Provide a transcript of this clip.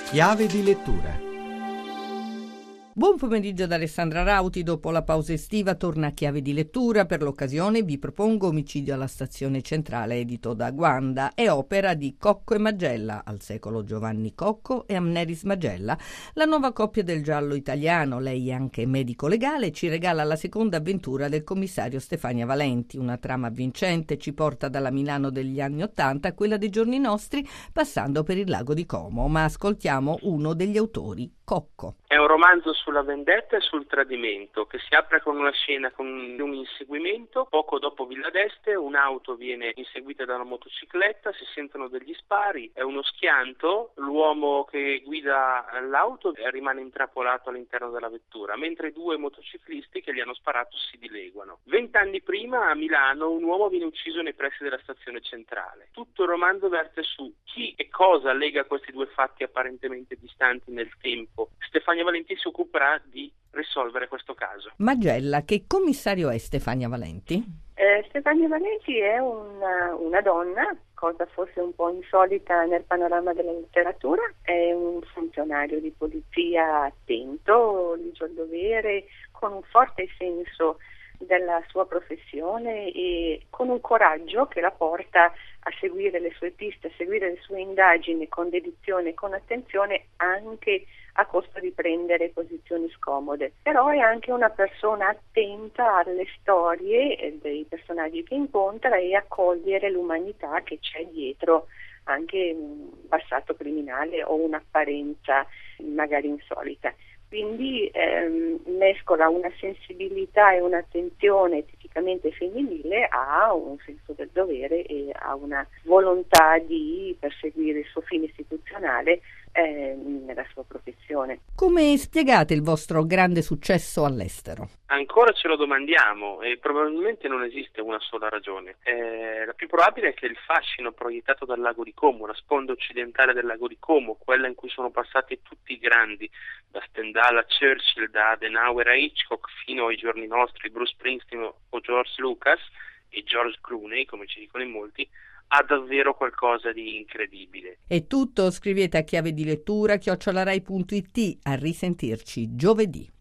Chiave di lettura. Buon pomeriggio da Alessandra Rauti. Dopo la pausa estiva torna a Chiave di lettura. Per l'occasione vi propongo Omicidio alla stazione centrale, edito da Guanda, è opera di Cocco e Magella, al secolo Giovanni Cocco e Amneris Magella. La nuova coppia del giallo italiano, lei è anche medico legale, ci regala la seconda avventura del commissario Stefania Valenti. Una trama vincente ci porta dalla Milano degli anni '80 a quella dei giorni nostri, passando per il lago di Como. Ma ascoltiamo uno degli autori, Cocco. È un romanzo sulla vendetta e sul tradimento che si apre con una scena con un inseguimento. Poco dopo Villa d'Este un'auto viene inseguita da una motocicletta, si sentono degli spari, è uno schianto, l'uomo che guida l'auto rimane intrappolato all'interno della vettura, mentre due motociclisti che gli hanno sparato si dileguano. 20 anni prima a Milano un uomo viene ucciso nei pressi della stazione centrale. Tutto il romanzo verte su chi e cosa lega questi due fatti apparentemente distanti nel tempo. Stefania Valenti si occuperà di risolvere questo caso. Magella, che commissario è Stefania Valenti? Stefania Valenti è una donna, cosa forse un po' insolita nel panorama della letteratura, è un funzionario di polizia attento, ligio al dovere, con un forte senso della sua professione e con un coraggio che la porta a seguire le sue piste, a seguire le sue indagini con dedizione e con attenzione, anche a costo di prendere posizioni scomode. Però è anche una persona attenta alle storie dei personaggi che incontra e a cogliere l'umanità che c'è dietro anche un passato criminale o un'apparenza magari insolita. Quindi mescola una sensibilità e un'attenzione tipicamente femminile a un senso del dovere e a una volontà di perseguire il suo fine istituzionale nella sua professione. Come spiegate il vostro grande successo all'estero? Ancora ce lo domandiamo e probabilmente non esiste una sola ragione. La più probabile è che il fascino proiettato dal lago di Como, la sponda occidentale del lago di Como, quella in cui sono passati tutti i grandi, da Stendhal a Churchill, da Adenauer a Hitchcock, fino ai giorni nostri, Bruce Springsteen o George Lucas e George Clooney, come ci dicono in molti, ha davvero qualcosa di incredibile. È tutto, scrivete a chiavedilettura@rai.it. A risentirci giovedì.